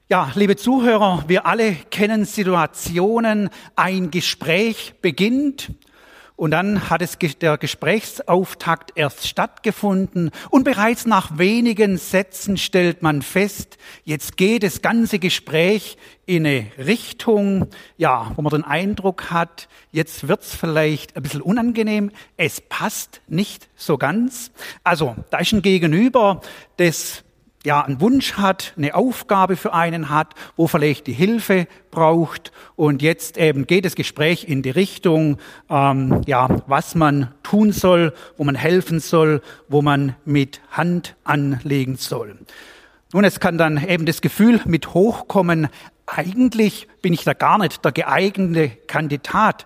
Ja, liebe Zuhörer, wir alle kennen Situationen, ein Gespräch beginnt und dann hat der Gesprächsauftakt erst stattgefunden und bereits nach wenigen Sätzen stellt man fest, jetzt geht das ganze Gespräch in eine Richtung, ja, wo man den Eindruck hat, jetzt wird's vielleicht ein bisschen unangenehm, es passt nicht so ganz. Also, da ist ein Gegenüber, das einen Wunsch hat, eine Aufgabe für einen hat, wo vielleicht die Hilfe braucht und jetzt eben geht das Gespräch in die Richtung, was man tun soll, wo man helfen soll, wo man mit Hand anlegen soll. Nun, es kann dann eben das Gefühl mit hochkommen, eigentlich bin ich da gar nicht der geeignete Kandidat,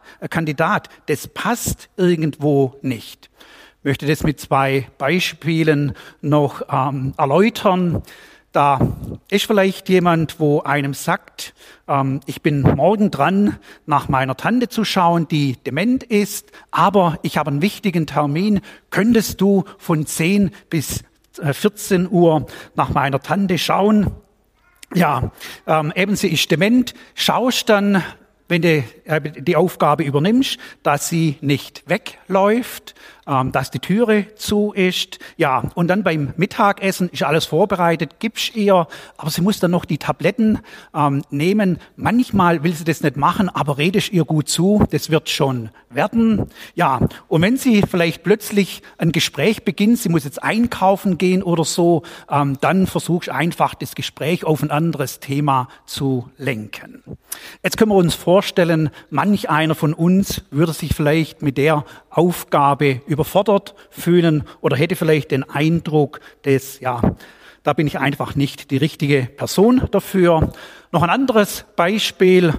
das passt irgendwo nicht. Ich möchte das mit 2 Beispielen noch erläutern. Da ist vielleicht jemand, wo einem sagt, ich bin morgen dran, nach meiner Tante zu schauen, die dement ist, aber ich habe einen wichtigen Termin. Könntest du von 10 bis 14 Uhr nach meiner Tante schauen? Ja, eben sie ist dement. Schaust dann, wenn du die Aufgabe übernimmst, dass sie nicht wegläuft, dass die Türe zu ist. Ja, und dann beim Mittagessen ist alles vorbereitet, gibst ihr, aber sie muss dann noch die Tabletten nehmen. Manchmal will sie das nicht machen, aber redest ihr gut zu, das wird schon werden. Ja, und wenn sie vielleicht plötzlich ein Gespräch beginnt, sie muss jetzt einkaufen gehen oder so, dann versuchst einfach das Gespräch auf ein anderes Thema zu lenken. Jetzt können wir uns vorstellen, manch einer von uns würde sich vielleicht mit der Aufgabe überfordert fühlen oder hätte vielleicht den Eindruck, dass, da bin ich einfach nicht die richtige Person dafür. Noch ein anderes Beispiel,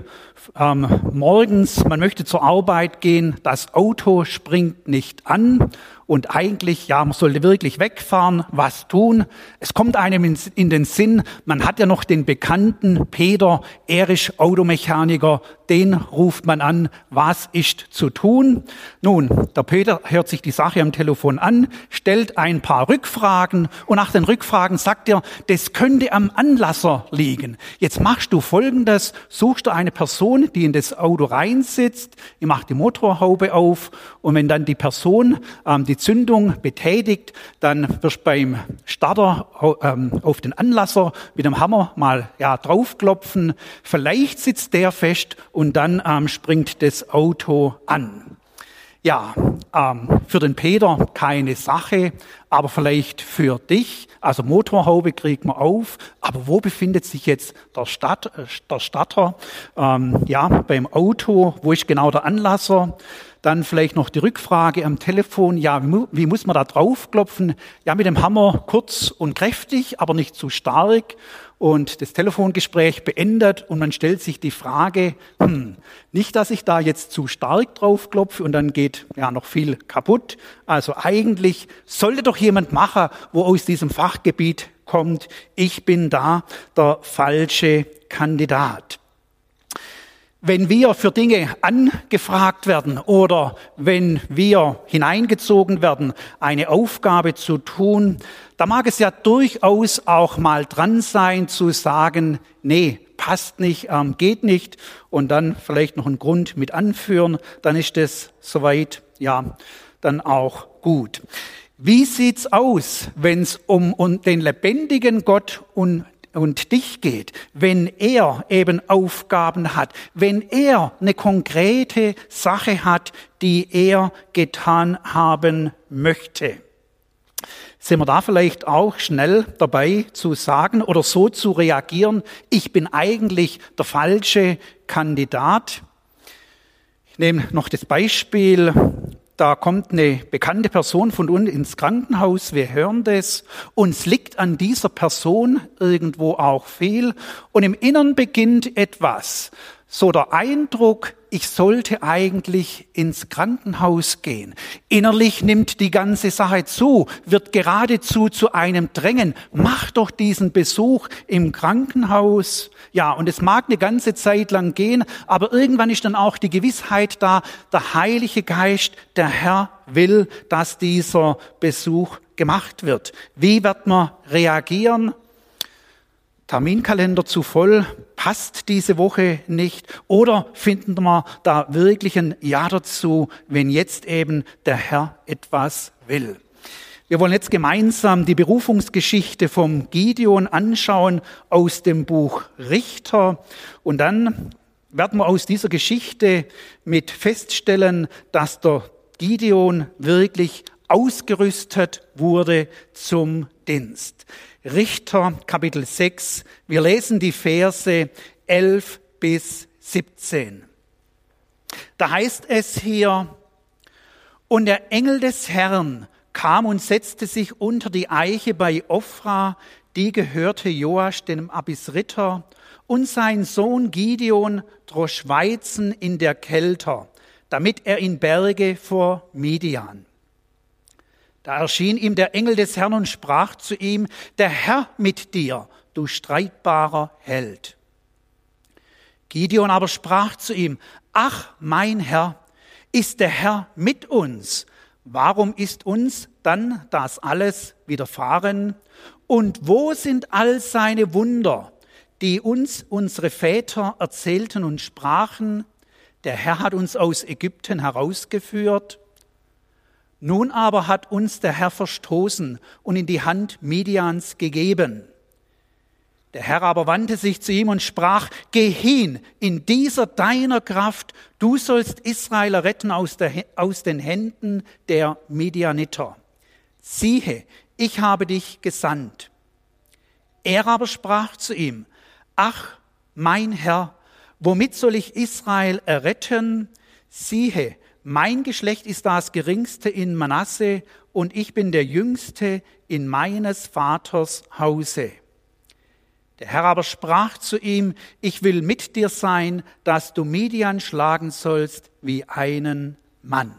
morgens, man möchte zur Arbeit gehen, das Auto springt nicht an und eigentlich, man sollte wirklich wegfahren, was tun? Es kommt einem in den Sinn, man hat ja noch den bekannten Peter, er ist Automechaniker, den ruft man an, was ist zu tun? Nun, der Peter hört sich die Sache am Telefon an, stellt ein paar Rückfragen und nach den Rückfragen sagt er, das könnte am Anlasser liegen. Jetzt machst du Folgendes, suchst du eine Person, die in das Auto reinsitzt, ihr macht die Motorhaube auf und wenn dann die Person die Zündung betätigt, dann wirst du beim Starter auf den Anlasser mit dem Hammer mal draufklopfen. Vielleicht sitzt der fest und dann springt das Auto an. Ja, für den Peter keine Sache, aber vielleicht für dich. Also Motorhaube kriegt man auf, aber wo befindet sich jetzt der Starter? Beim Auto, wo ist genau der Anlasser? Dann vielleicht noch die Rückfrage am Telefon, wie muss man da draufklopfen? Ja, mit dem Hammer kurz und kräftig, aber nicht zu stark. Und das Telefongespräch beendet und man stellt sich die Frage, nicht, dass ich da jetzt zu stark draufklopfe und dann geht noch viel kaputt. Also eigentlich sollte doch jemand machen, wo aus diesem Fachgebiet kommt, ich bin da der falsche Kandidat. Wenn wir für Dinge angefragt werden oder wenn wir hineingezogen werden, eine Aufgabe zu tun, da mag es ja durchaus auch mal dran sein zu sagen, nee, passt nicht, geht nicht und dann vielleicht noch einen Grund mit anführen, dann ist das soweit, dann auch gut. Wie sieht's aus, wenn es um den lebendigen Gott und dich geht, wenn er eben Aufgaben hat, wenn er eine konkrete Sache hat, die er getan haben möchte? Sind wir da vielleicht auch schnell dabei zu sagen oder so zu reagieren, ich bin eigentlich der falsche Kandidat? Ich nehme noch das Beispiel, da kommt eine bekannte Person von uns ins Krankenhaus, wir hören das, uns liegt an dieser Person irgendwo auch viel und im Innern beginnt etwas. So der Eindruck, ich sollte eigentlich ins Krankenhaus gehen. Innerlich nimmt die ganze Sache zu, wird geradezu zu einem Drängen. Mach doch diesen Besuch im Krankenhaus. Ja, und es mag eine ganze Zeit lang gehen, aber irgendwann ist dann auch die Gewissheit da, der Heilige Geist, der Herr will, dass dieser Besuch gemacht wird. Wie wird man reagieren? Terminkalender zu voll, passt diese Woche nicht, oder finden wir da wirklich ein Ja dazu, wenn jetzt eben der Herr etwas will? Wir wollen jetzt gemeinsam die Berufungsgeschichte vom Gideon anschauen aus dem Buch Richter, und dann werden wir aus dieser Geschichte mit feststellen, dass der Gideon wirklich ausgerüstet wurde zum Dienst. Richter Kapitel 6, wir lesen die Verse 11 bis 17. Da heißt es hier: Und der Engel des Herrn kam und setzte sich unter die Eiche bei Ophra, die gehörte Joasch dem Abisriter, und sein Sohn Gideon drosch Weizen in der Kelter, damit er ihn berge vor Midian. Da erschien ihm der Engel des Herrn und sprach zu ihm: Der Herr mit dir, du streitbarer Held. Gideon aber sprach zu ihm: Ach, mein Herr, ist der Herr mit uns? Warum ist uns dann das alles widerfahren? Und wo sind all seine Wunder, die uns unsere Väter erzählten und sprachen? Der Herr hat uns aus Ägypten herausgeführt. Nun aber hat uns der Herr verstoßen und in die Hand Midians gegeben. Der Herr aber wandte sich zu ihm und sprach: Geh hin in dieser deiner Kraft, du sollst Israel retten aus den Händen der Midianiter. Siehe, ich habe dich gesandt. Er aber sprach zu ihm: Ach, mein Herr, womit soll ich Israel erretten? Siehe, mein Geschlecht ist das geringste in Manasse, und ich bin der Jüngste in meines Vaters Hause. Der Herr aber sprach zu ihm: Ich will mit dir sein, dass du Midian schlagen sollst wie einen Mann.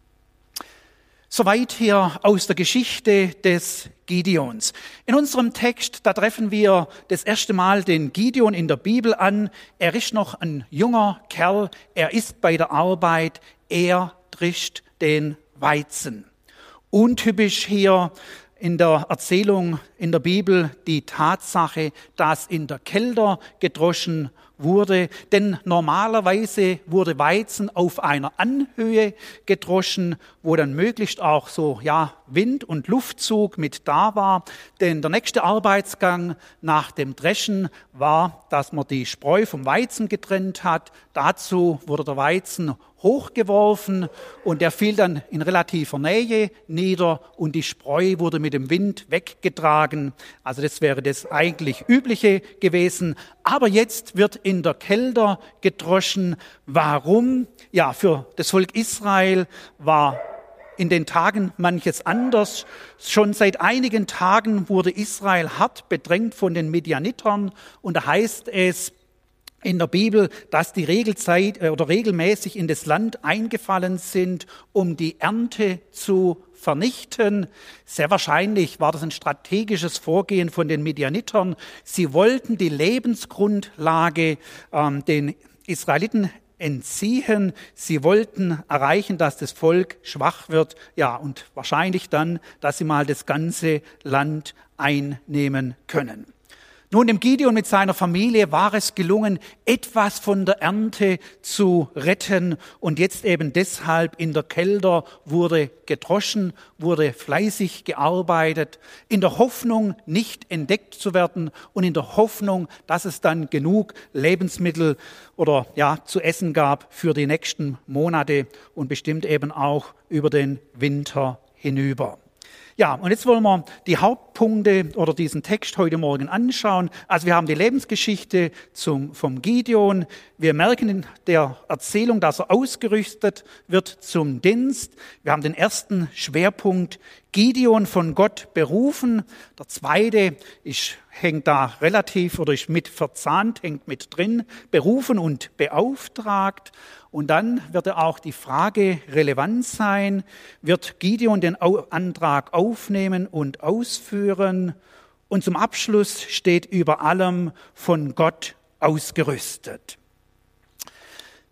Soweit hier aus der Geschichte des Gideons. In unserem Text, da treffen wir das erste Mal den Gideon in der Bibel an. Er ist noch ein junger Kerl, er ist bei der Arbeit, er drischt den Weizen. Untypisch hier in der Erzählung in der Bibel die Tatsache, dass in der Kelter gedroschen wurde, denn normalerweise wurde Weizen auf einer Anhöhe gedroschen, wo dann möglichst auch so Wind- und Luftzug mit da war, denn der nächste Arbeitsgang nach dem Dreschen war, dass man die Spreu vom Weizen getrennt hat. Dazu wurde der Weizen hochgeworfen und der fiel dann in relativer Nähe nieder und die Spreu wurde mit dem Wind weggetragen. Also das wäre das eigentlich Übliche gewesen. Aber jetzt wird in der Kelter gedroschen. Warum? Ja, für das Volk Israel war in den Tagen manches anders. Schon seit einigen Tagen wurde Israel hart bedrängt von den Midianitern und da heißt es in der Bibel, dass die regelmäßig in das Land eingefallen sind, um die Ernte zu vernichten. Sehr wahrscheinlich war das ein strategisches Vorgehen von den Midianitern. Sie wollten die Lebensgrundlage den Israeliten entziehen. Sie wollten erreichen, dass das Volk schwach wird, und wahrscheinlich dann, dass sie mal das ganze Land einnehmen können. Nun, dem Gideon mit seiner Familie war es gelungen, etwas von der Ernte zu retten. Und jetzt eben deshalb in der Kelter wurde gedroschen, wurde fleißig gearbeitet, in der Hoffnung, nicht entdeckt zu werden und in der Hoffnung, dass es dann genug Lebensmittel zu essen gab für die nächsten Monate und bestimmt eben auch über den Winter hinüber. Ja, und jetzt wollen wir die Hauptpunkte oder diesen Text heute Morgen anschauen. Also wir haben die Lebensgeschichte vom Gideon. Wir merken in der Erzählung, dass er ausgerüstet wird zum Dienst. Wir haben den ersten Schwerpunkt, Gideon von Gott berufen. Der zweite hängt da ist mit verzahnt, hängt mit drin, berufen und beauftragt. Und dann wird auch die Frage relevant sein, wird Gideon den Antrag aufnehmen und ausführen? Und zum Abschluss steht über allem von Gott ausgerüstet.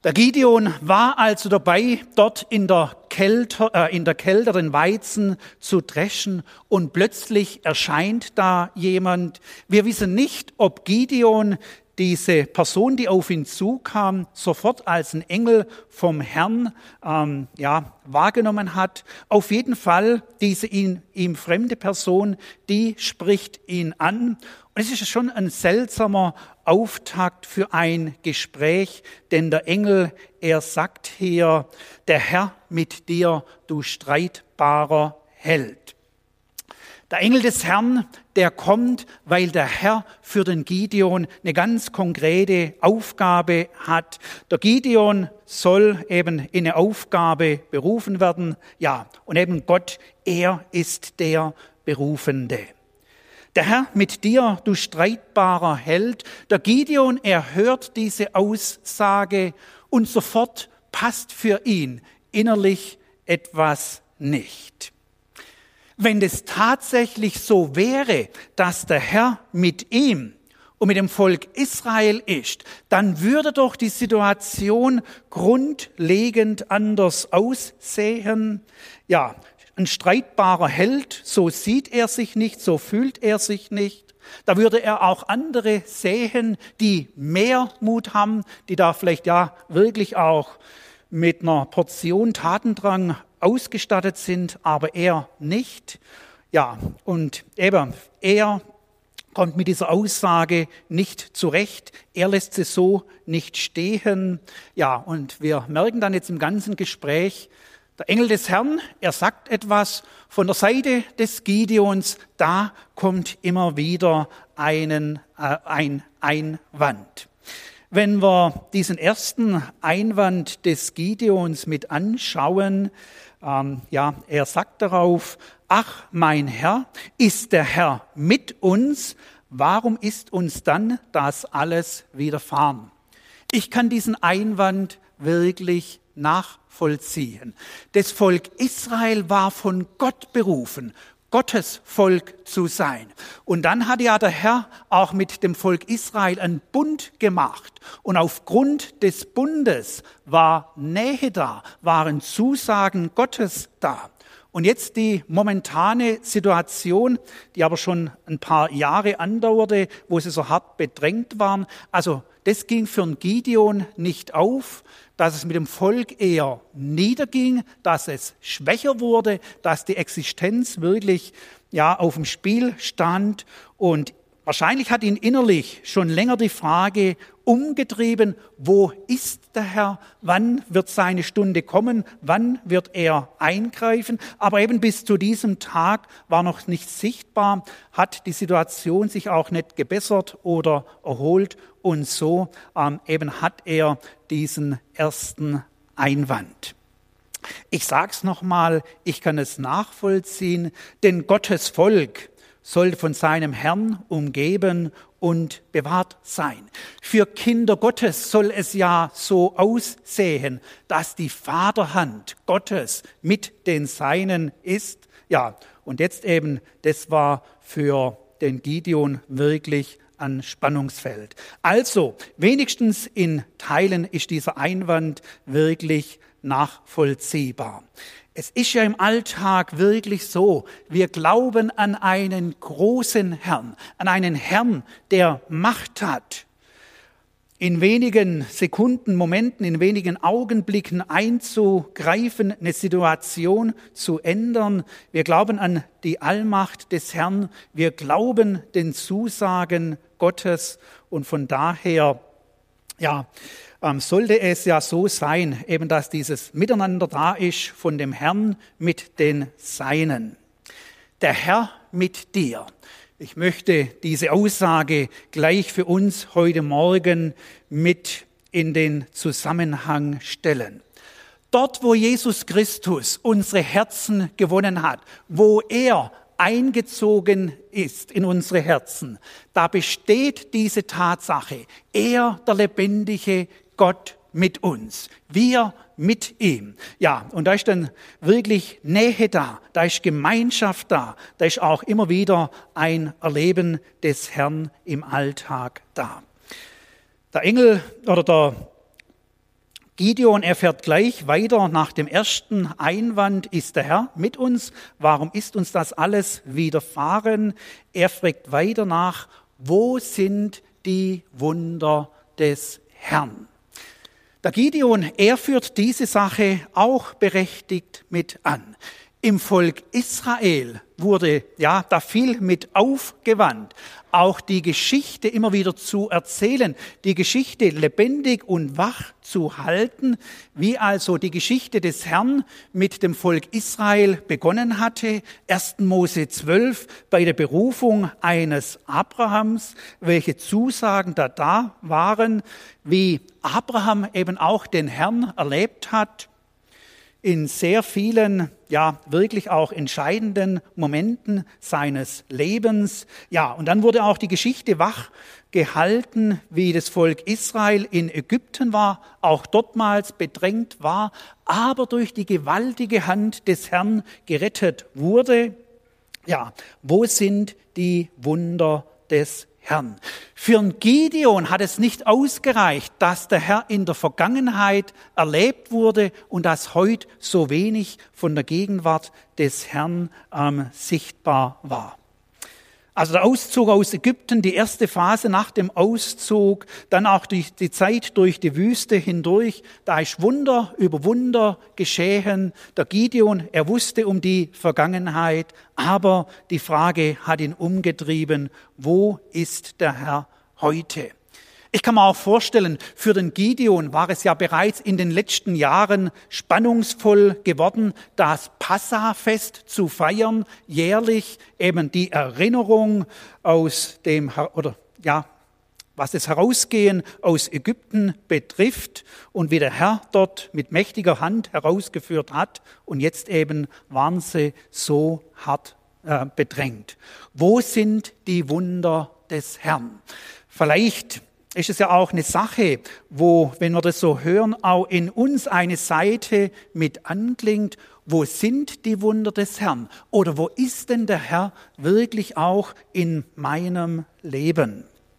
Der Gideon war also dabei, dort in der Kälte den Weizen zu dreschen, und plötzlich erscheint da jemand. Wir wissen nicht, ob Gideon diese Person, die auf ihn zukam, sofort als ein Engel vom Herrn wahrgenommen hat. Auf jeden Fall, diese ihm fremde Person, die spricht ihn an. Und es ist schon ein seltsamer Auftakt für ein Gespräch, denn der Engel, er sagt hier: Der Herr mit dir, du streitbarer Held. Der Engel des Herrn, der kommt, weil der Herr für den Gideon eine ganz konkrete Aufgabe hat. Der Gideon soll eben in eine Aufgabe berufen werden. Ja, und eben Gott, er ist der Berufende. Der Herr mit dir, du streitbarer Held. Der Gideon, er hört diese Aussage und sofort passt für ihn innerlich etwas nicht. Wenn es tatsächlich so wäre, dass der Herr mit ihm und mit dem Volk Israel ist, dann würde doch die Situation grundlegend anders aussehen. Ja, ein streitbarer Held, so sieht er sich nicht, so fühlt er sich nicht. Da würde er auch andere sehen, die mehr Mut haben, die da vielleicht wirklich auch mit einer Portion Tatendrang ausgestattet sind, aber er nicht. Ja, und eben, er kommt mit dieser Aussage nicht zurecht. Er lässt sie so nicht stehen. Ja, und wir merken dann jetzt im ganzen Gespräch, der Engel des Herrn, er sagt etwas von der Seite des Gideons, da kommt immer wieder ein Einwand. Wenn wir diesen ersten Einwand des Gideons mit anschauen, er sagt darauf: Ach, mein Herr, ist der Herr mit uns? Warum ist uns dann das alles widerfahren? Ich kann diesen Einwand wirklich nachvollziehen. Das Volk Israel war von Gott berufen, Gottes Volk zu sein. Und dann hat ja der Herr auch mit dem Volk Israel einen Bund gemacht. Und aufgrund des Bundes war Nähe da, waren Zusagen Gottes da. Und jetzt die momentane Situation, die aber schon ein paar Jahre andauerte, wo sie so hart bedrängt waren. Also das ging für den Gideon nicht auf, dass es mit dem Volk eher niederging, dass es schwächer wurde, dass die Existenz wirklich auf dem Spiel stand. Und wahrscheinlich hat ihn innerlich schon länger die Frage umgetrieben: Wo ist der Herr? Wann wird seine Stunde kommen? Wann wird er eingreifen? Aber eben bis zu diesem Tag war noch nicht sichtbar, hat die Situation sich auch nicht gebessert oder erholt. Und so eben hat er diesen ersten Einwand. Ich sag's nochmal, ich kann es nachvollziehen, denn Gottes Volk soll von seinem Herrn umgeben und bewahrt sein. Für Kinder Gottes soll es ja so aussehen, dass die Vaterhand Gottes mit den Seinen ist. Ja, und jetzt eben, das war für den Gideon wirklich ein Spannungsfeld. Also, wenigstens in Teilen ist dieser Einwand wirklich nachvollziehbar. Es ist ja im Alltag wirklich so, wir glauben an einen großen Herrn, an einen Herrn, der Macht hat, in wenigen Sekunden, Momenten, in wenigen Augenblicken einzugreifen, eine Situation zu ändern. Wir glauben an die Allmacht des Herrn, wir glauben den Zusagen Gottes, und von daher, sollte es ja so sein, eben dass dieses Miteinander da ist von dem Herrn mit den Seinen. Der Herr mit dir. Ich möchte diese Aussage gleich für uns heute Morgen mit in den Zusammenhang stellen. Dort, wo Jesus Christus unsere Herzen gewonnen hat, wo er eingezogen ist in unsere Herzen, da besteht diese Tatsache: Er, der lebendige Gott, mit uns, wir mit ihm. Ja, und da ist dann wirklich Nähe da, da ist Gemeinschaft da, da ist auch immer wieder ein Erleben des Herrn im Alltag da. Der Engel oder der Gideon erfährt gleich weiter nach dem ersten Einwand, ist der Herr mit uns? Warum ist uns das alles widerfahren? Er fragt weiter nach, wo sind die Wunder des Herrn? Der Gideon, er führt diese Sache auch berechtigt mit an. Im Volk Israel wurde da viel mit aufgewandt, auch die Geschichte immer wieder zu erzählen, die Geschichte lebendig und wach zu halten, wie also die Geschichte des Herrn mit dem Volk Israel begonnen hatte. 1. Mose 12 bei der Berufung eines Abrahams, welche Zusagen da waren, wie Abraham eben auch den Herrn erlebt hat, in sehr vielen, wirklich auch entscheidenden Momenten seines Lebens. Ja, und dann wurde auch die Geschichte wach gehalten, wie das Volk Israel in Ägypten war, auch dortmals bedrängt war, aber durch die gewaltige Hand des Herrn gerettet wurde. Ja, wo sind die Wunder des Herrn? Für einen Gideon hat es nicht ausgereicht, dass der Herr in der Vergangenheit erlebt wurde und dass heute so wenig von der Gegenwart des Herrn sichtbar war. Also der Auszug aus Ägypten, die erste Phase nach dem Auszug, dann auch die Zeit durch die Wüste hindurch, da ist Wunder über Wunder geschehen. Der Gideon, er wusste um die Vergangenheit, aber die Frage hat ihn umgetrieben, wo ist der Herr heute? Ich kann mir auch vorstellen, für den Gideon war es ja bereits in den letzten Jahren spannungsvoll geworden, das Passafest zu feiern, jährlich eben die Erinnerung aus dem, was das Herausgehen aus Ägypten betrifft und wie der Herr dort mit mächtiger Hand herausgeführt hat und jetzt eben waren sie so hart bedrängt. Wo sind die Wunder des Herrn? Vielleicht ist es ja auch eine Sache, wo, wenn wir das so hören, auch in uns eine Seite mit anklingt. Wo sind die Wunder des Herrn? Oder wo ist denn der Herr wirklich auch in meinem Leben?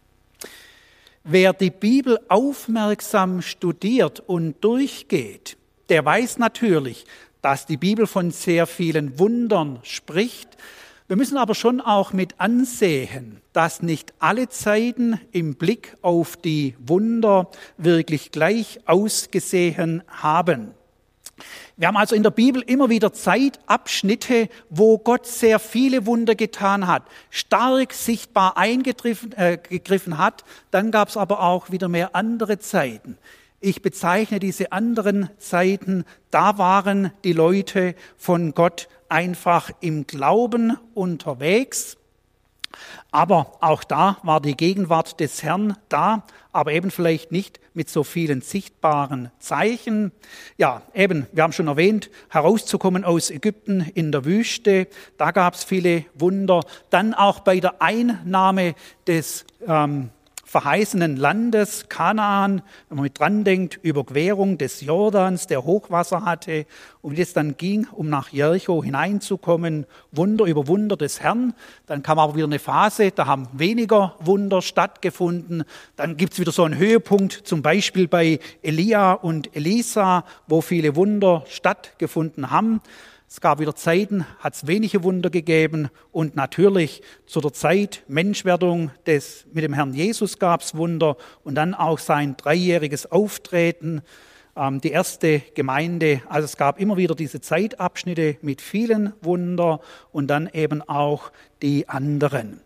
Wer die Bibel aufmerksam studiert und durchgeht, der weiß natürlich, dass die Bibel von sehr vielen Wundern spricht. Wir müssen aber schon auch mit ansehen, dass nicht alle Zeiten im Blick auf die Wunder wirklich gleich ausgesehen haben. Wir haben also in der Bibel immer wieder Zeitabschnitte, wo Gott sehr viele Wunder getan hat, stark sichtbar eingegriffen hat. Dann gab es aber auch wieder mehr andere Zeiten. Ich bezeichne diese anderen Zeiten, da waren die Leute von Gott einfach im Glauben unterwegs. Aber auch da war die Gegenwart des Herrn da, aber eben vielleicht nicht mit so vielen sichtbaren Zeichen. Ja, eben, wir haben schon erwähnt, herauszukommen aus Ägypten in der Wüste, da gab es viele Wunder. Dann auch bei der Einnahme des verheißenen Landes Kanaan, wenn man mit dran denkt, Überquerung des Jordans, der Hochwasser hatte und wie es dann ging, um nach Jericho hineinzukommen, Wunder über Wunder des Herrn. Dann kam aber wieder eine Phase, da haben weniger Wunder stattgefunden. Dann gibt es wieder so einen Höhepunkt, zum Beispiel bei Elia und Elisa, wo viele Wunder stattgefunden haben. Es gab wieder Zeiten, hat es wenige Wunder gegeben und natürlich zu der Zeit Menschwerdung mit dem Herrn Jesus gab es Wunder und dann auch sein 3-jähriges Auftreten, die erste Gemeinde. Also es gab immer wieder diese Zeitabschnitte mit vielen Wunder und dann eben auch die anderen.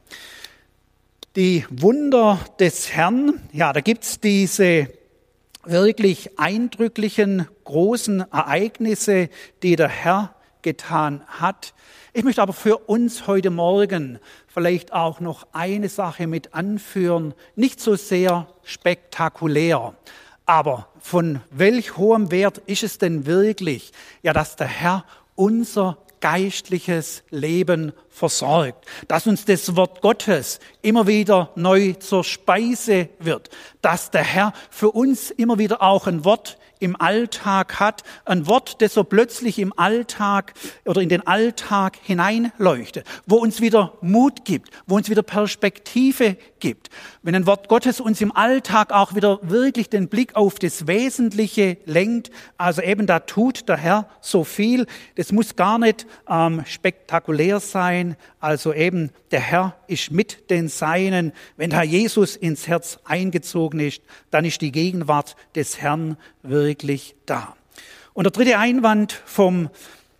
Die Wunder des Herrn, ja, da gibt es diese wirklich eindrücklichen, großen Ereignisse, die der Herr getan hat. Ich möchte aber für uns heute Morgen vielleicht auch noch eine Sache mit anführen, nicht so sehr spektakulär, aber von welch hohem Wert ist es denn wirklich, ja, dass der Herr unser geistliches Leben versorgt, dass uns das Wort Gottes immer wieder neu zur Speise wird, dass der Herr für uns immer wieder auch ein Wort im Alltag hat, ein Wort, das so plötzlich im Alltag oder in den Alltag hineinleuchtet, wo uns wieder Mut gibt, wo uns wieder Perspektive gibt. Wenn ein Wort Gottes uns im Alltag auch wieder wirklich den Blick auf das Wesentliche lenkt, also eben da tut der Herr so viel, das muss gar nicht spektakulär sein, also eben der Herr ist mit den Seinen. Wenn Herr Jesus ins Herz eingezogen ist, dann ist die Gegenwart des Herrn wirklich da. Und der dritte Einwand vom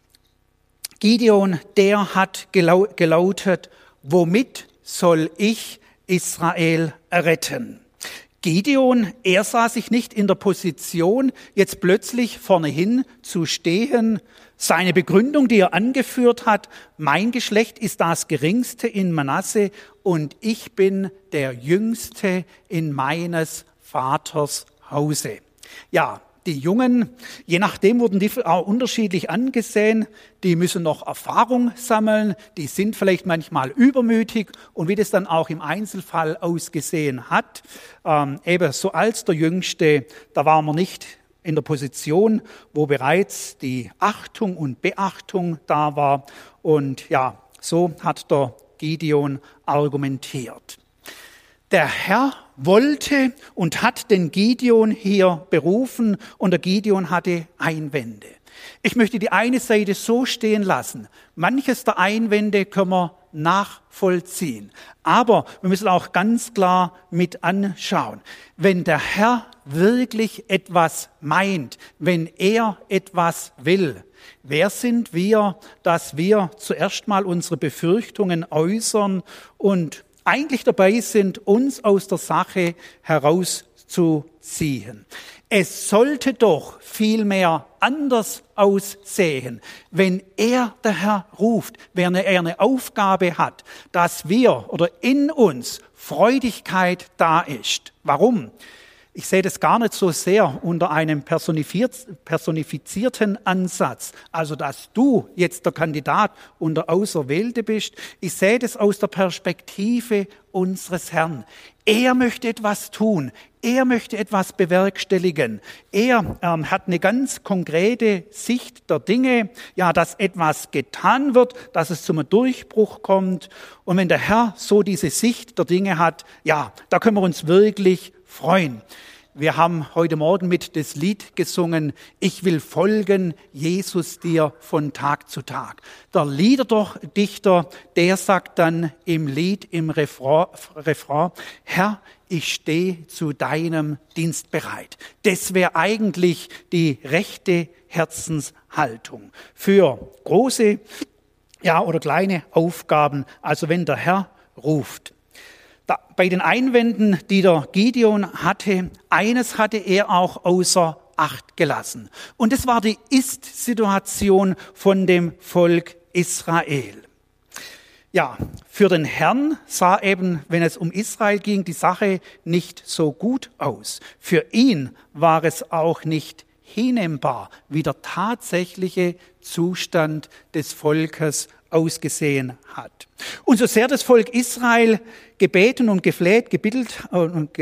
Gideon, der hat gelautet, womit soll ich Israel retten? Gideon, er sah sich nicht in der Position, jetzt plötzlich vornehin zu stehen. Seine Begründung, die er angeführt hat, mein Geschlecht ist das geringste in Manasse und ich bin der Jüngste in meines Vaters Hause. Ja, die Jungen, je nachdem wurden die auch unterschiedlich angesehen, die müssen noch Erfahrung sammeln, die sind vielleicht manchmal übermütig und wie das dann auch im Einzelfall ausgesehen hat, eben so als der Jüngste, da war man nicht in der Position, wo bereits die Achtung und Beachtung da war und ja, so hat der Gideon argumentiert. Der Herr wollte und hat den Gideon hier berufen und der Gideon hatte Einwände. Ich möchte die eine Seite so stehen lassen. Manches der Einwände können wir nachvollziehen. Aber wir müssen auch ganz klar mit anschauen. Wenn der Herr wirklich etwas meint, wenn er etwas will, wer sind wir, dass wir zuerst mal unsere Befürchtungen äußern und eigentlich dabei sind, uns aus der Sache herauszuziehen. Es sollte doch vielmehr anders aussehen, wenn er, der Herr, ruft, wenn er eine Aufgabe hat, dass wir oder in uns Freudigkeit da ist. Warum? Ich sehe das gar nicht so sehr unter einem personifizierten Ansatz, also dass du jetzt der Kandidat und der Auserwählte bist. Ich sehe das aus der Perspektive unseres Herrn. Er möchte etwas tun, er möchte etwas bewerkstelligen. Er hat eine ganz konkrete Sicht der Dinge, ja, dass etwas getan wird, dass es zum Durchbruch kommt. Und wenn der Herr so diese Sicht der Dinge hat, ja, da können wir uns wirklich freuen. Wir haben heute Morgen mit das Lied gesungen, ich will folgen, Jesus dir von Tag zu Tag. Der Liederdichter, der sagt dann im Lied, im Refrain, Herr, ich stehe zu deinem Dienst bereit. Das wäre eigentlich die rechte Herzenshaltung für große, ja, oder kleine Aufgaben, also wenn der Herr ruft. Bei den Einwänden, die der Gideon hatte, eines hatte er auch außer Acht gelassen. Und das war die Ist-Situation von dem Volk Israel. Ja, für den Herrn sah eben, wenn es um Israel ging, die Sache nicht so gut aus. Für ihn war es auch nicht hinnehmbar, wie der tatsächliche Zustand des Volkes ausgesehen hat. Und so sehr das Volk Israel gebeten und gefleht, gebittet und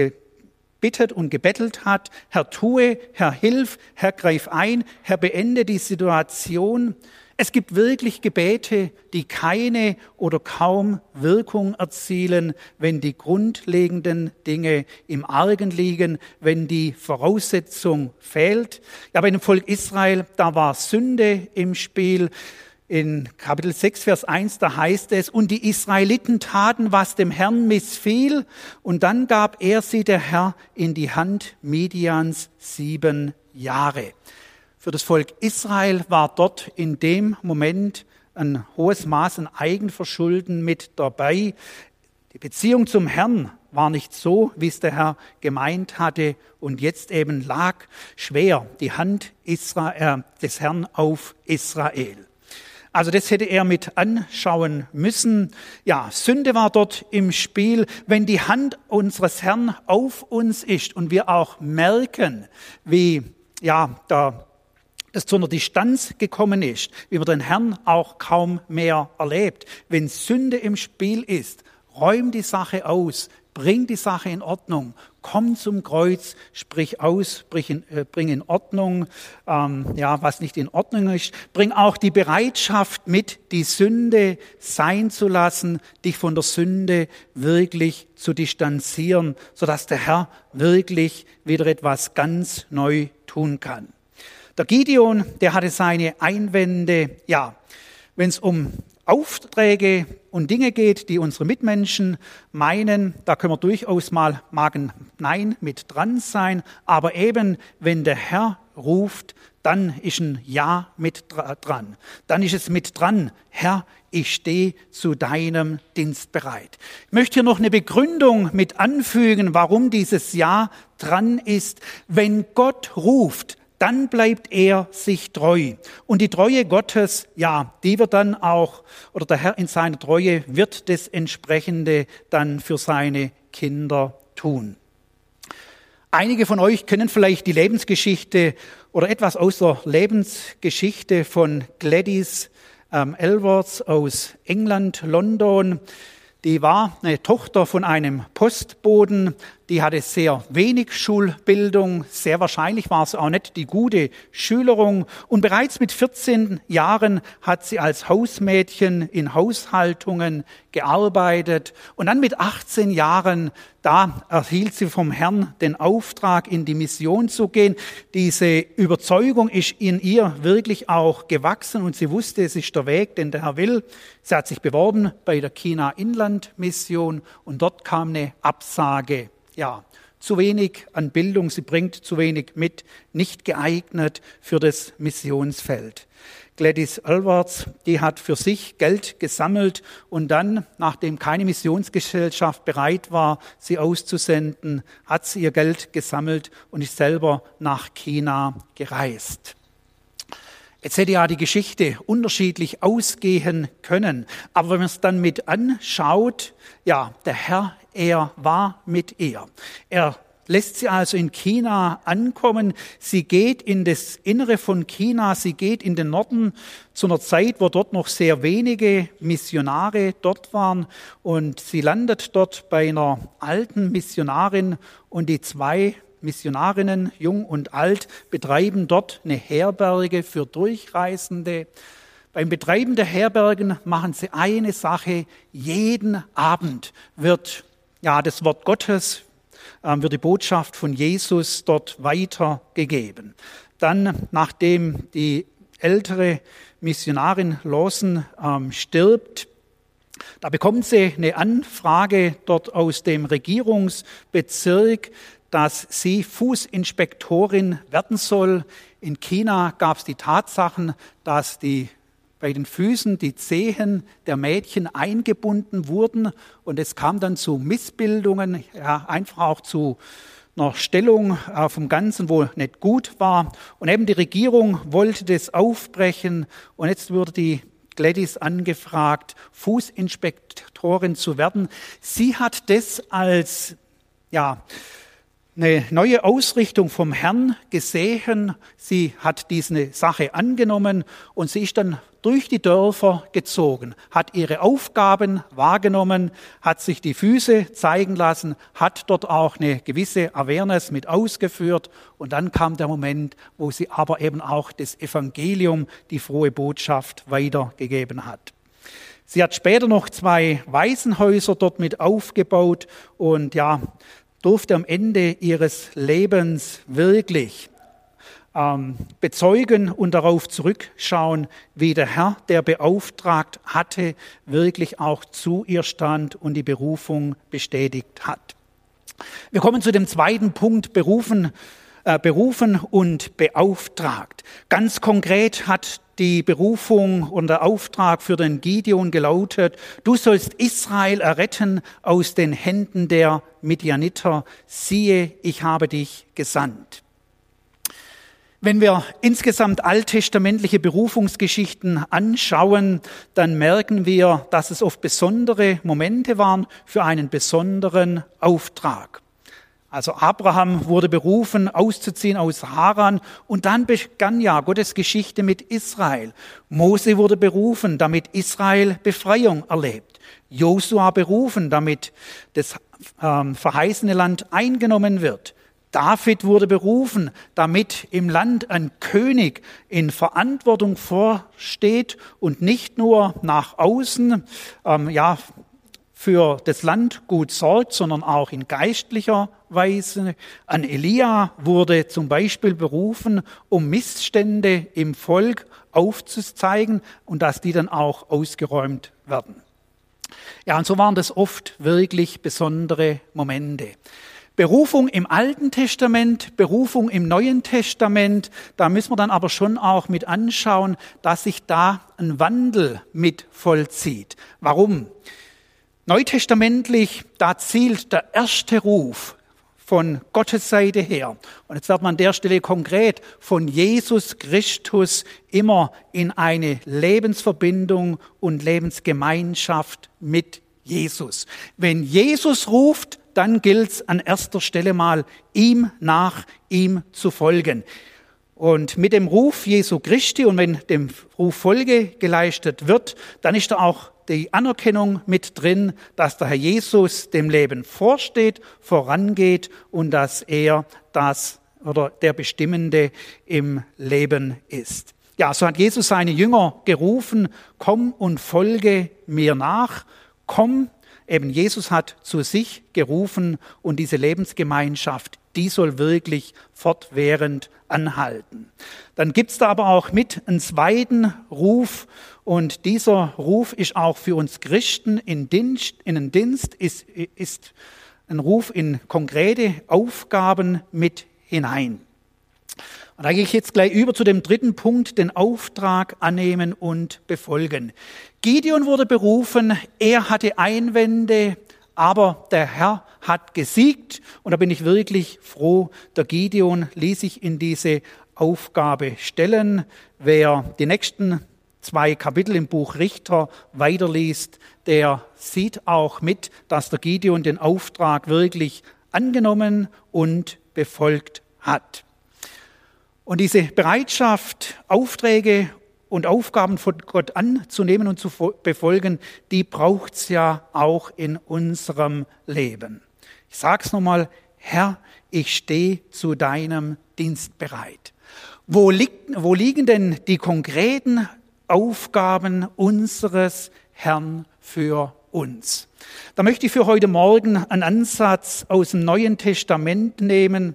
gebettelt hat, Herr tue, Herr hilf, Herr greif ein, Herr beende die Situation. Es gibt wirklich Gebete, die keine oder kaum Wirkung erzielen, wenn die grundlegenden Dinge im Argen liegen, wenn die Voraussetzung fehlt. Ja, bei dem Volk Israel, da war Sünde im Spiel. In Kapitel 6, Vers 1, da heißt es, und die Israeliten taten, was dem Herrn missfiel, und dann gab er sie, der Herr, in die Hand Midians 7 Jahre. Für das Volk Israel war dort in dem Moment ein hohes Maß an Eigenverschulden mit dabei. Die Beziehung zum Herrn war nicht so, wie es der Herr gemeint hatte, und jetzt eben lag schwer die Hand des Herrn auf Israel. Also das hätte er mit anschauen müssen. Ja, Sünde war dort im Spiel. Wenn die Hand unseres Herrn auf uns ist und wir auch merken, wie ja das zu einer Distanz gekommen ist, wie man den Herrn auch kaum mehr erlebt. Wenn Sünde im Spiel ist, räum die Sache aus, bring die Sache in Ordnung. Komm zum Kreuz, sprich aus, bring in Ordnung, was nicht in Ordnung ist. Bring auch die Bereitschaft mit, die Sünde sein zu lassen, dich von der Sünde wirklich zu distanzieren, sodass der Herr wirklich wieder etwas ganz neu tun kann. Der Gideon, der hatte seine Einwände, wenn es um Aufträge und Dinge geht, die unsere Mitmenschen meinen, da können wir durchaus mal Nein mit dran sein. Aber eben, wenn der Herr ruft, dann ist ein Ja mit dran. Dann ist es mit dran, Herr, ich stehe zu deinem Dienst bereit. Ich möchte hier noch eine Begründung mit anfügen, warum dieses Ja dran ist. Wenn Gott ruft, dann bleibt er sich treu. Und die Treue Gottes, die wird dann auch, oder der Herr in seiner Treue wird das Entsprechende dann für seine Kinder tun. Einige von euch kennen vielleicht die Lebensgeschichte oder etwas aus der Lebensgeschichte von Gladys Aylward aus England, London. Die war eine Tochter von einem Postboten, die hatte sehr wenig Schulbildung, sehr wahrscheinlich war sie auch nicht die gute Schülerin und bereits mit 14 Jahren hat sie als Hausmädchen in Haushaltungen gearbeitet und dann mit 18 Jahren, da erhielt sie vom Herrn den Auftrag, in die Mission zu gehen. Diese Überzeugung ist in ihr wirklich auch gewachsen und sie wusste, es ist der Weg, den der Herr will. Sie hat sich beworben bei der China-Inland-Mission und dort kam eine Absage. Zu wenig an Bildung, sie bringt zu wenig mit, nicht geeignet für das Missionsfeld. Gladys Aylward, die hat für sich Geld gesammelt und dann, nachdem keine Missionsgesellschaft bereit war, sie auszusenden, hat sie ihr Geld gesammelt und ist selber nach China gereist. Jetzt hätte ja die Geschichte unterschiedlich ausgehen können, aber wenn man es dann mit anschaut, der Herr, er war mit ihr. Er lässt sie also in China ankommen. Sie geht in das Innere von China, sie geht in den Norden zu einer Zeit, wo dort noch sehr wenige Missionare dort waren. Und sie landet dort bei einer alten Missionarin und die 2 Missionarinnen, jung und alt, betreiben dort eine Herberge für Durchreisende. Beim Betreiben der Herbergen machen sie eine Sache. Jeden Abend wird das Wort Gottes, wird die Botschaft von Jesus dort weitergegeben. Dann, nachdem die ältere Missionarin Lawson stirbt, da bekommt sie eine Anfrage dort aus dem Regierungsbezirk, dass sie Fußinspektorin werden soll. In China gab es die Tatsachen, dass bei den Füßen die Zehen der Mädchen eingebunden wurden und es kam dann zu Missbildungen, einfach auch zu einer Stellung vom Ganzen, wo nicht gut war. Und eben die Regierung wollte das aufbrechen und jetzt wurde die Gladys angefragt, Fußinspektorin zu werden. Sie hat das als eine neue Ausrichtung vom Herrn gesehen. Sie hat diese Sache angenommen und sie ist dann durch die Dörfer gezogen, hat ihre Aufgaben wahrgenommen, hat sich die Füße zeigen lassen, hat dort auch eine gewisse Awareness mit ausgeführt und dann kam der Moment, wo sie aber eben auch das Evangelium, die frohe Botschaft weitergegeben hat. Sie hat später noch 2 Waisenhäuser dort mit aufgebaut und durfte am Ende ihres Lebens wirklich bezeugen und darauf zurückschauen, wie der Herr, der beauftragt hatte, wirklich auch zu ihr stand und die Berufung bestätigt hat. Wir kommen zu dem zweiten Punkt, berufen und beauftragt. Ganz konkret hat die Berufung und der Auftrag für den Gideon gelautet: Du sollst Israel erretten aus den Händen der Midianiter. Siehe, ich habe dich gesandt. Wenn wir insgesamt alttestamentliche Berufungsgeschichten anschauen, dann merken wir, dass es oft besondere Momente waren für einen besonderen Auftrag. Also Abraham wurde berufen, auszuziehen aus Haran und dann begann Gottes Geschichte mit Israel. Mose wurde berufen, damit Israel Befreiung erlebt. Josua berufen, damit das verheißene Land eingenommen wird. David wurde berufen, damit im Land ein König in Verantwortung vorsteht und nicht nur nach außen für das Land gut sorgt, sondern auch in geistlicher Weise. An Elia wurde zum Beispiel berufen, um Missstände im Volk aufzuzeigen und dass die dann auch ausgeräumt werden. Ja, und so waren das oft wirklich besondere Momente. Berufung im Alten Testament, Berufung im Neuen Testament, da müssen wir dann aber schon auch mit anschauen, dass sich da ein Wandel mit vollzieht. Warum? Neutestamentlich, da zielt der erste Ruf von Gottes Seite her. Und jetzt wird man an der Stelle konkret von Jesus Christus immer in eine Lebensverbindung und Lebensgemeinschaft mit Jesus. Wenn Jesus ruft, dann gilt es an erster Stelle mal, ihm zu folgen. Und mit dem Ruf Jesu Christi und wenn dem Ruf Folge geleistet wird, dann ist da auch die Anerkennung mit drin, dass der Herr Jesus dem Leben vorsteht, vorangeht und dass er der Bestimmende im Leben ist. Ja, so hat Jesus seine Jünger gerufen, komm und folge mir nach, komm. Eben Jesus hat zu sich gerufen und diese Lebensgemeinschaft, die soll wirklich fortwährend anhalten. Dann gibt's da aber auch mit einen zweiten Ruf und dieser Ruf ist auch für uns Christen in den Dienst, ist ein Ruf in konkrete Aufgaben mit hinein. Und da gehe ich jetzt gleich über zu dem dritten Punkt, den Auftrag annehmen und befolgen. Gideon wurde berufen, er hatte Einwände, aber der Herr hat gesiegt. Und da bin ich wirklich froh, der Gideon ließ sich in diese Aufgabe stellen. Wer die nächsten 2 Kapitel im Buch Richter weiterliest, der sieht auch mit, dass der Gideon den Auftrag wirklich angenommen und befolgt hat. Und diese Bereitschaft, Aufträge und Aufgaben von Gott anzunehmen und zu befolgen, die braucht's ja auch in unserem Leben. Ich sag's nochmal, Herr, ich stehe zu deinem Dienst bereit. Wo liegen denn die konkreten Aufgaben unseres Herrn für uns? Da möchte ich für heute Morgen einen Ansatz aus dem Neuen Testament nehmen,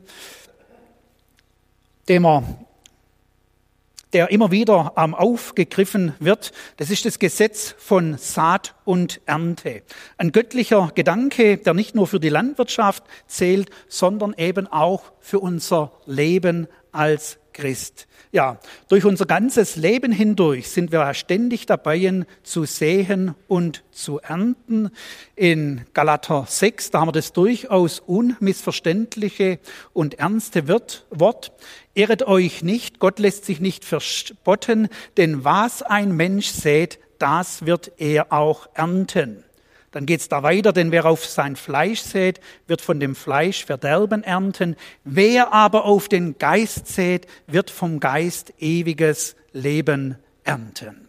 der immer wieder aufgegriffen wird. Das ist das Gesetz von Saat und Ernte. Ein göttlicher Gedanke, der nicht nur für die Landwirtschaft zählt, sondern eben auch für unser Leben als Christ. Ja, durch unser ganzes Leben hindurch sind wir ständig dabei, zu säen und zu ernten. In Galater 6, da haben wir das durchaus unmissverständliche und ernste Wort. Irret euch nicht, Gott lässt sich nicht verspotten, denn was ein Mensch sät, das wird er auch ernten. Dann geht's da weiter, denn wer auf sein Fleisch sät, wird von dem Fleisch Verderben ernten. Wer aber auf den Geist sät, wird vom Geist ewiges Leben ernten.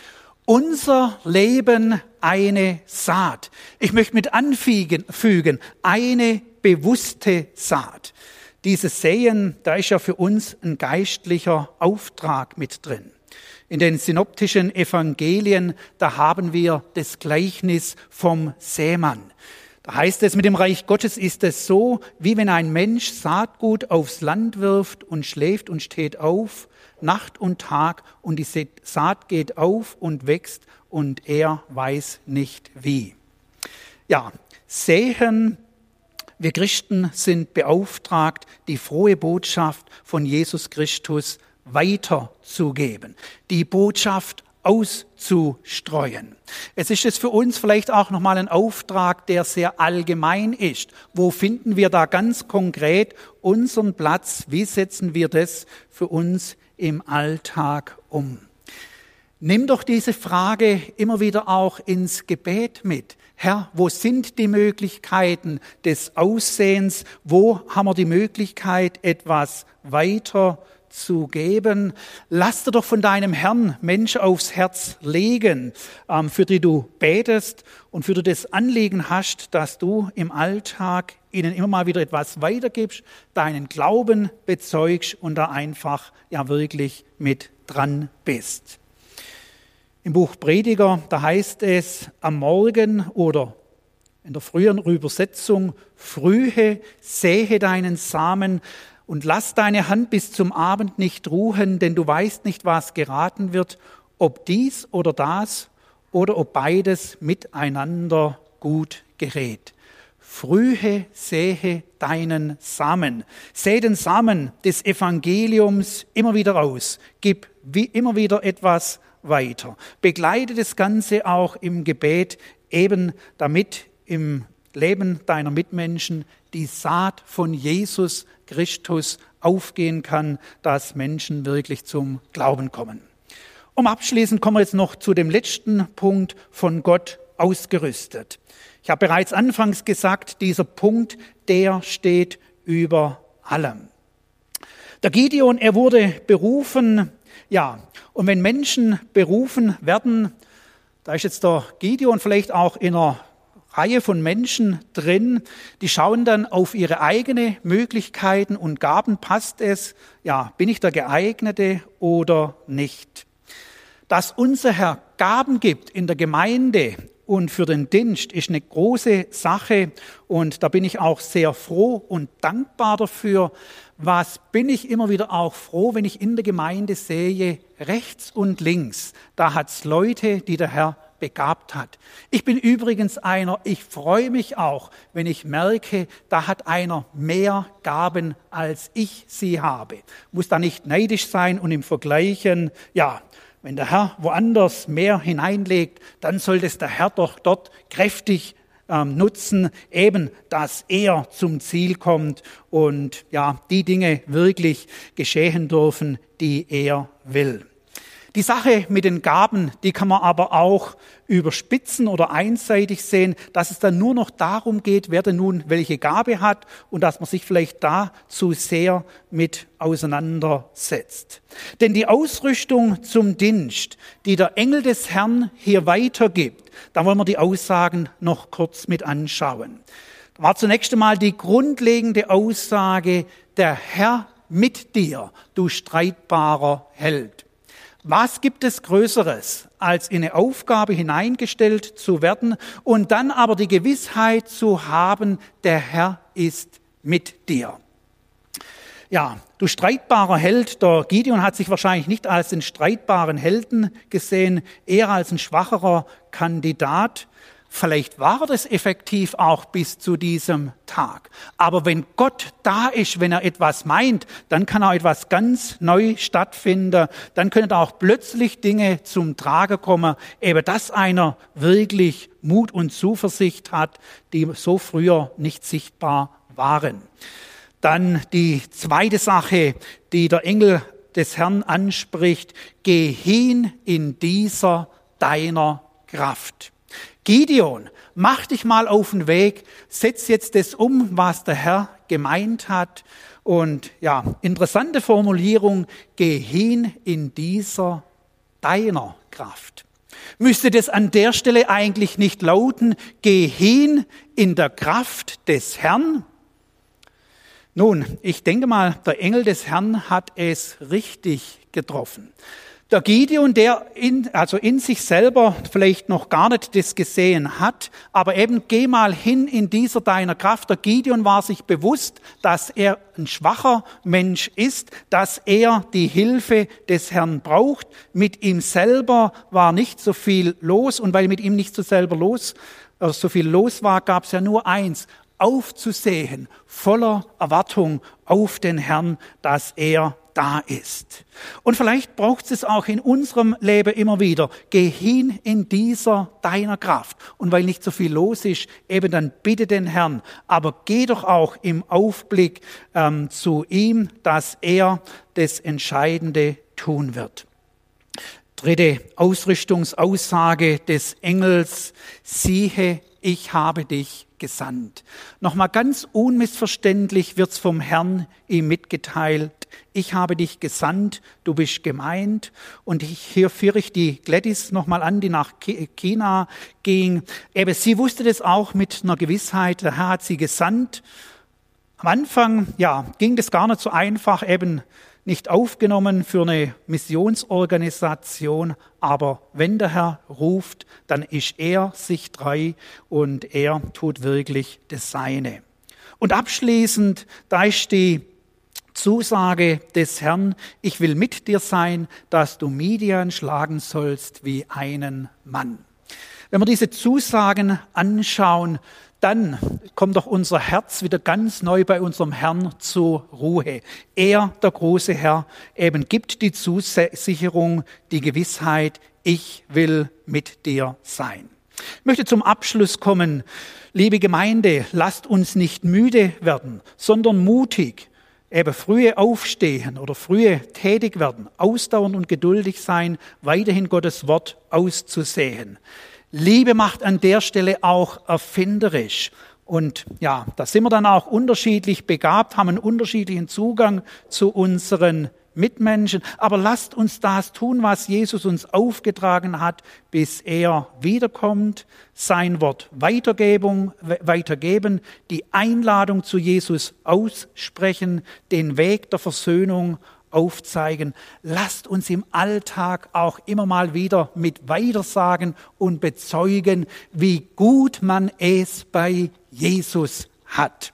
Unser Leben eine Saat. Ich möchte mit anfügen, eine bewusste Saat. Dieses Säen, da ist ja für uns ein geistlicher Auftrag mit drin. In den synoptischen Evangelien, da haben wir das Gleichnis vom Sämann. Da heißt es, mit dem Reich Gottes ist es so, wie wenn ein Mensch Saatgut aufs Land wirft und schläft und steht auf, Nacht und Tag, und die Saat geht auf und wächst und er weiß nicht wie. Ja, säen. Wir Christen sind beauftragt, die frohe Botschaft von Jesus Christus weiterzugeben, die Botschaft auszustreuen. Es ist für uns vielleicht auch nochmal ein Auftrag, der sehr allgemein ist. Wo finden wir da ganz konkret unseren Platz? Wie setzen wir das für uns im Alltag um? Nimm doch diese Frage immer wieder auch ins Gebet mit. Herr, wo sind die Möglichkeiten des Aussehens? Wo haben wir die Möglichkeit, etwas weiter zu geben. Lass dir doch von deinem Herrn Menschen aufs Herz legen, für die du betest und für die du das Anliegen hast, dass du im Alltag ihnen immer mal wieder etwas weitergibst, deinen Glauben bezeugst und da einfach ja wirklich mit dran bist. Im Buch Prediger, da heißt es, am Morgen oder in der früheren Übersetzung, frühe sähe deinen Samen und lass deine Hand bis zum Abend nicht ruhen, denn du weißt nicht, was geraten wird, ob dies oder das oder ob beides miteinander gut gerät. Frühe sähe deinen Samen. Säe den Samen des Evangeliums immer wieder aus. Gib wie immer wieder etwas weiter. Begleite das Ganze auch im Gebet, eben damit im Leben deiner Mitmenschen die Saat von Jesus Christus aufgehen kann, dass Menschen wirklich zum Glauben kommen. Abschließend kommen wir jetzt noch zu dem letzten Punkt, von Gott ausgerüstet. Ich habe bereits anfangs gesagt, dieser Punkt, der steht über allem. Der Gideon, er wurde berufen, ja, und wenn Menschen berufen werden, da ist jetzt der Gideon vielleicht auch in einer Reihe von Menschen drin, die schauen dann auf ihre eigenen Möglichkeiten und Gaben, passt es, ja, bin ich der Geeignete oder nicht. Dass unser Herr Gaben gibt in der Gemeinde und für den Dienst ist eine große Sache und da bin ich auch sehr froh und dankbar dafür. Was bin ich immer wieder auch froh, wenn ich in der Gemeinde sehe, rechts und links, da hat es Leute, die der Herr begabt hat. Ich bin übrigens einer, ich freue mich auch, wenn ich merke, da hat einer mehr Gaben, als ich sie habe. Muss da nicht neidisch sein und im Vergleichen, ja, wenn der Herr woanders mehr hineinlegt, dann soll das der Herr doch dort kräftig nutzen, eben, dass er zum Ziel kommt und ja, die Dinge wirklich geschehen dürfen, die er will. Die Sache mit den Gaben, die kann man aber auch überspitzen oder einseitig sehen, dass es dann nur noch darum geht, wer denn nun welche Gabe hat und dass man sich vielleicht da zu sehr mit auseinandersetzt. Denn die Ausrüstung zum Dienst, die der Engel des Herrn hier weitergibt, da wollen wir die Aussagen noch kurz mit anschauen. Da war zunächst einmal die grundlegende Aussage, der Herr mit dir, du streitbarer Held. Was gibt es Größeres, als in eine Aufgabe hineingestellt zu werden und dann aber die Gewissheit zu haben, der Herr ist mit dir? Ja, du streitbarer Held, der Gideon hat sich wahrscheinlich nicht als den streitbaren Helden gesehen, eher als ein schwacherer Kandidat. Vielleicht war das effektiv auch bis zu diesem Tag. Aber wenn Gott da ist, wenn er etwas meint, dann kann auch etwas ganz neu stattfinden. Dann können da auch plötzlich Dinge zum Tragen kommen, eben dass einer wirklich Mut und Zuversicht hat, die so früher nicht sichtbar waren. Dann die zweite Sache, die der Engel des Herrn anspricht, geh hin in dieser deiner Kraft. Gideon, mach dich mal auf den Weg, setz jetzt das um, was der Herr gemeint hat. Und ja, interessante Formulierung, geh hin in dieser deiner Kraft. Müsste das an der Stelle eigentlich nicht lauten, geh hin in der Kraft des Herrn? Nun, ich denke mal, der Engel des Herrn hat es richtig getroffen. Der Gideon, der in sich selber vielleicht noch gar nicht das gesehen hat, aber eben geh mal hin in dieser deiner Kraft. Der Gideon war sich bewusst, dass er ein schwacher Mensch ist, dass er die Hilfe des Herrn braucht. Mit ihm selber war nicht so viel los und weil mit ihm nicht so viel los war, gab es ja nur eins: aufzusehen, voller Erwartung auf den Herrn, dass er da ist. Und vielleicht braucht es auch in unserem Leben immer wieder. Geh hin in dieser deiner Kraft. Und weil nicht so viel los ist, eben dann bitte den Herrn. Aber geh doch auch im Aufblick zu ihm, dass er das Entscheidende tun wird. Dritte Ausrüstungsaussage des Engels: Siehe ich habe dich gesandt. Nochmal ganz unmissverständlich wird's vom Herrn ihm mitgeteilt, ich habe dich gesandt, du bist gemeint. Und hier führe ich die Gladys nochmal an, die nach China ging. Eben, sie wusste das auch mit einer Gewissheit, der Herr hat sie gesandt. Am Anfang, ging das gar nicht so einfach, eben nicht aufgenommen für eine Missionsorganisation, aber wenn der Herr ruft, dann ist er sich treu und er tut wirklich das Seine. Und abschließend, da ist die Zusage des Herrn, ich will mit dir sein, dass du Midian schlagen sollst wie einen Mann. Wenn wir diese Zusagen anschauen, dann kommt doch unser Herz wieder ganz neu bei unserem Herrn zur Ruhe. Er, der große Herr, eben gibt die Zusicherung, die Gewissheit, ich will mit dir sein. Ich möchte zum Abschluss kommen. Liebe Gemeinde, lasst uns nicht müde werden, sondern mutig. Eben frühe aufstehen oder frühe tätig werden, ausdauernd und geduldig sein, weiterhin Gottes Wort auszusehen. Liebe macht an der Stelle auch erfinderisch. Und da sind wir dann auch unterschiedlich begabt, haben einen unterschiedlichen Zugang zu unseren Mitmenschen. Aber lasst uns das tun, was Jesus uns aufgetragen hat, bis er wiederkommt, sein Wort weitergeben, die Einladung zu Jesus aussprechen, den Weg der Versöhnung aufzeigen. Lasst uns im Alltag auch immer mal wieder mit weitersagen und bezeugen, wie gut man es bei Jesus hat.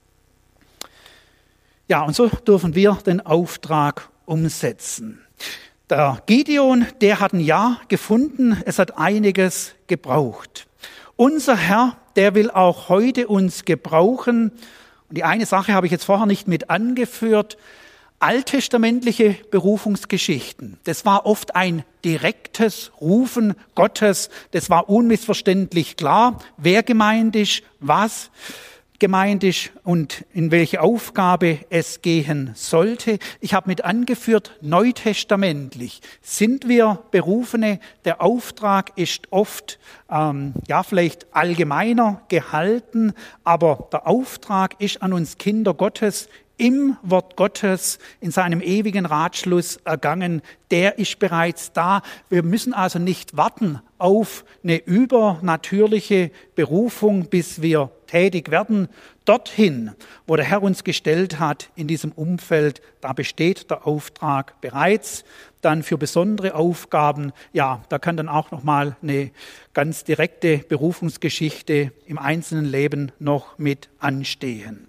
Ja, und so dürfen wir den Auftrag umsetzen. Der Gideon, der hat ein Ja gefunden, es hat einiges gebraucht. Unser Herr, der will auch heute uns gebrauchen. Und die eine Sache habe ich jetzt vorher nicht mit angeführt. Alttestamentliche Berufungsgeschichten, das war oft ein direktes Rufen Gottes, das war unmissverständlich klar, wer gemeint ist, was gemeint ist und in welche Aufgabe es gehen sollte. Ich habe mit angeführt, neutestamentlich sind wir Berufene, der Auftrag ist oft vielleicht allgemeiner gehalten, aber der Auftrag ist an uns Kinder Gottes, im Wort Gottes, in seinem ewigen Ratschluss ergangen, der ist bereits da. Wir müssen also nicht warten auf eine übernatürliche Berufung, bis wir tätig werden. Dorthin, wo der Herr uns gestellt hat, in diesem Umfeld, da besteht der Auftrag bereits. Dann für besondere Aufgaben, da kann dann auch nochmal eine ganz direkte Berufungsgeschichte im einzelnen Leben noch mit anstehen.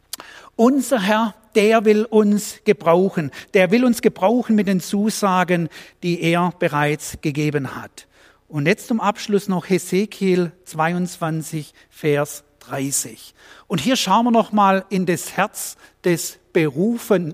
Unser Herr, der will uns gebrauchen. Der will uns gebrauchen mit den Zusagen, die er bereits gegeben hat. Und jetzt zum Abschluss noch Hesekiel 22, Vers 30. Und hier schauen wir noch mal in das Herz des Berufen,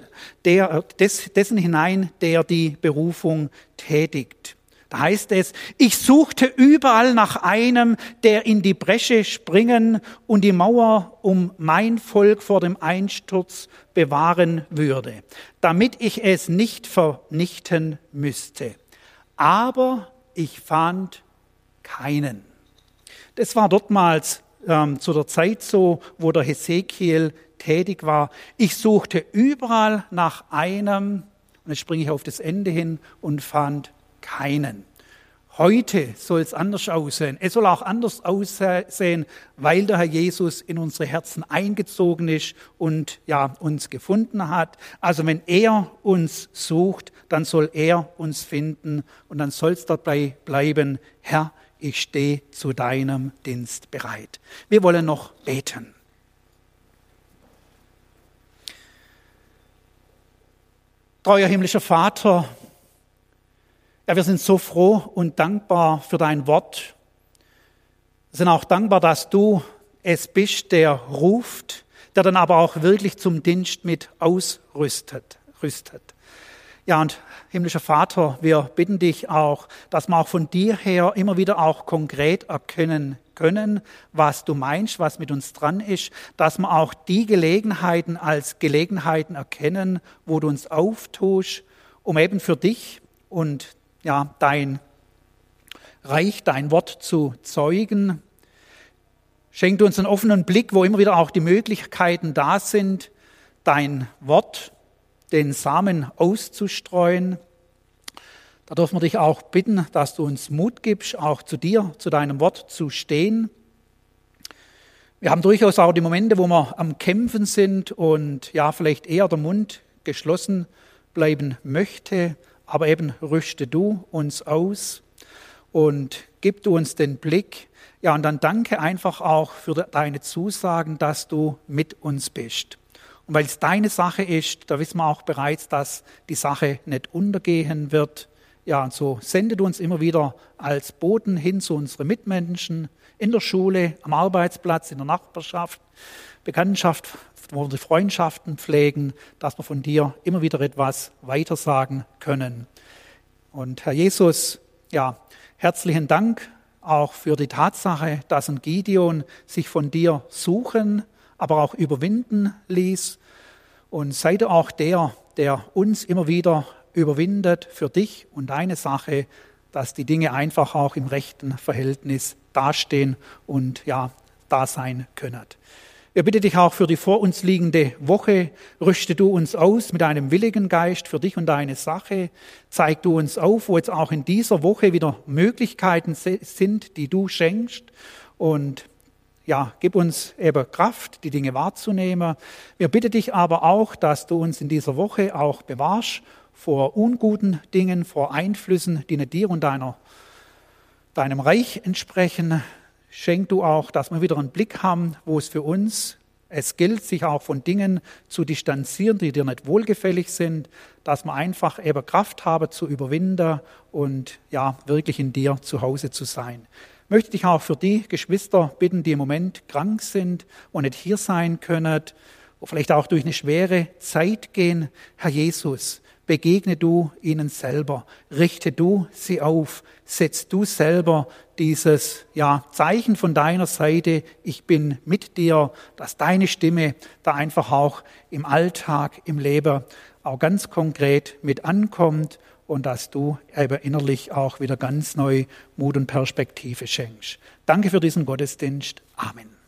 dessen hinein, der die Berufung tätigt. Da heißt es, ich suchte überall nach einem, der in die Bresche springen und die Mauer um mein Volk vor dem Einsturz bewahren würde, damit ich es nicht vernichten müsste. Aber ich fand keinen. Das war dortmals zu der Zeit so, wo der Hesekiel tätig war. Ich suchte überall nach einem, und jetzt springe ich auf das Ende hin, und fand keinen. Heute soll es anders aussehen. Es soll auch anders aussehen, weil der Herr Jesus in unsere Herzen eingezogen ist und uns gefunden hat. Also wenn er uns sucht, dann soll er uns finden und dann soll es dabei bleiben, Herr, ich stehe zu deinem Dienst bereit. Wir wollen noch beten. Treuer himmlischer Vater, wir sind so froh und dankbar für dein Wort. Wir sind auch dankbar, dass du es bist, der ruft, der dann aber auch wirklich zum Dienst mit ausrüstet. Ja, und himmlischer Vater, wir bitten dich auch, dass wir auch von dir her immer wieder auch konkret erkennen können, was du meinst, was mit uns dran ist, dass wir auch die Gelegenheiten als Gelegenheiten erkennen, wo du uns auftust, um eben für dich und dein Reich, dein Wort zu zeugen. Schenk uns einen offenen Blick, wo immer wieder auch die Möglichkeiten da sind, dein Wort, den Samen auszustreuen. Da dürfen wir dich auch bitten, dass du uns Mut gibst, auch zu dir, zu deinem Wort zu stehen. Wir haben durchaus auch die Momente, wo wir am Kämpfen sind und ja, vielleicht eher der Mund geschlossen bleiben möchte. Aber eben rüste du uns aus und gib du uns den Blick. Ja, und dann danke einfach auch für deine Zusagen, dass du mit uns bist. Und weil es deine Sache ist, da wissen wir auch bereits, dass die Sache nicht untergehen wird. Ja, und so sende du uns immer wieder als Boten hin zu unseren Mitmenschen, in der Schule, am Arbeitsplatz, in der Nachbarschaft, Bekanntschaft, wo wir die Freundschaften pflegen, dass wir von dir immer wieder etwas weitersagen können. Und Herr Jesus, ja, herzlichen Dank auch für die Tatsache, dass ein Gideon sich von dir suchen, aber auch überwinden ließ. Und sei du auch der uns immer wieder überwindet für dich und deine Sache, dass die Dinge einfach auch im rechten Verhältnis dastehen und ja, da sein können. Wir bitten dich auch für die vor uns liegende Woche, rüste du uns aus mit einem willigen Geist für dich und deine Sache. Zeig du uns auf, wo jetzt auch in dieser Woche wieder Möglichkeiten sind, die du schenkst. Und ja, gib uns eben Kraft, die Dinge wahrzunehmen. Wir bitten dich aber auch, dass du uns in dieser Woche auch bewahrst vor unguten Dingen, vor Einflüssen, die nicht dir und deinem Reich entsprechen. Schenk du auch, dass wir wieder einen Blick haben, wo es für uns gilt, sich auch von Dingen zu distanzieren, die dir nicht wohlgefällig sind, dass wir einfach eben Kraft haben zu überwinden und ja, wirklich in dir zu Hause zu sein. Ich möchte dich auch für die Geschwister bitten, die im Moment krank sind und nicht hier sein können, oder vielleicht auch durch eine schwere Zeit gehen. Herr Jesus, begegne du ihnen selber, richte du sie auf, setz du selber dieses Zeichen von deiner Seite, ich bin mit dir, dass deine Stimme da einfach auch im Alltag, im Leben auch ganz konkret mit ankommt und dass du eben innerlich auch wieder ganz neu Mut und Perspektive schenkst. Danke für diesen Gottesdienst. Amen.